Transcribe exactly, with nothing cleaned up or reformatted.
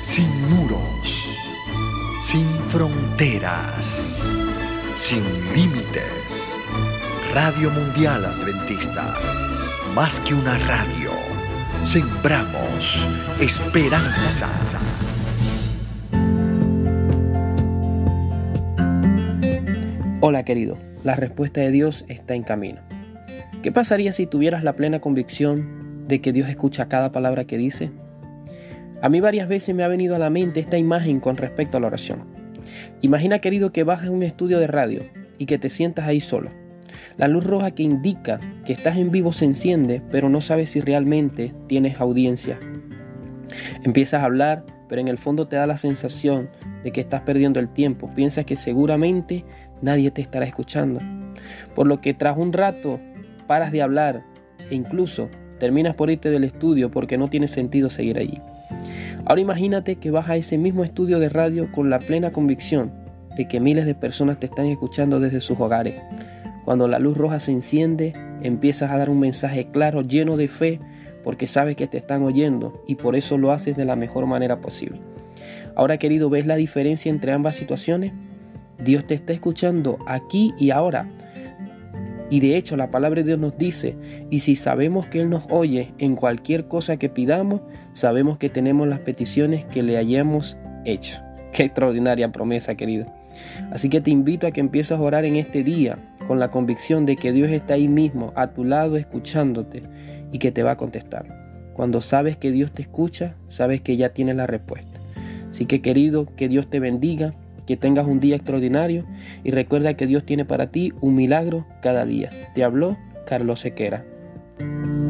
sin muros, sin fronteras, sin límites. Radio Mundial Adventista, más que una radio, sembramos esperanza. Hola querido, la respuesta de Dios está en camino. ¿Qué pasaría si tuvieras la plena convicción de que Dios escucha cada palabra que dice? A mí varias veces me ha venido a la mente esta imagen con respecto a la oración. Imagina, querido, que vas a un estudio de radio y que te sientas ahí solo. La luz roja que indica que estás en vivo se enciende, pero no sabes si realmente tienes audiencia. Empiezas a hablar, pero en el fondo te da la sensación de que estás perdiendo el tiempo. Piensas que seguramente nadie te estará escuchando. Por lo que tras un rato paras de hablar e incluso terminas por irte del estudio porque no tiene sentido seguir allí. Ahora imagínate que vas a ese mismo estudio de radio con la plena convicción de que miles de personas te están escuchando desde sus hogares. Cuando la luz roja se enciende, empiezas a dar un mensaje claro, lleno de fe, porque sabes que te están oyendo y por eso lo haces de la mejor manera posible. Ahora, querido, ¿ves la diferencia entre ambas situaciones? Dios te está escuchando aquí y ahora. Y de hecho la palabra de Dios nos dice, y si sabemos que Él nos oye en cualquier cosa que pidamos, sabemos que tenemos las peticiones que le hayamos hecho. Qué extraordinaria promesa, querido. Así que te invito a que empieces a orar en este día con la convicción de que Dios está ahí mismo, a tu lado, escuchándote y que te va a contestar. Cuando sabes que Dios te escucha, sabes que ya tienes la respuesta. Así que, querido, que Dios te bendiga, que tengas un día extraordinario y recuerda que Dios tiene para ti un milagro cada día. Te habló Carlos Sequera.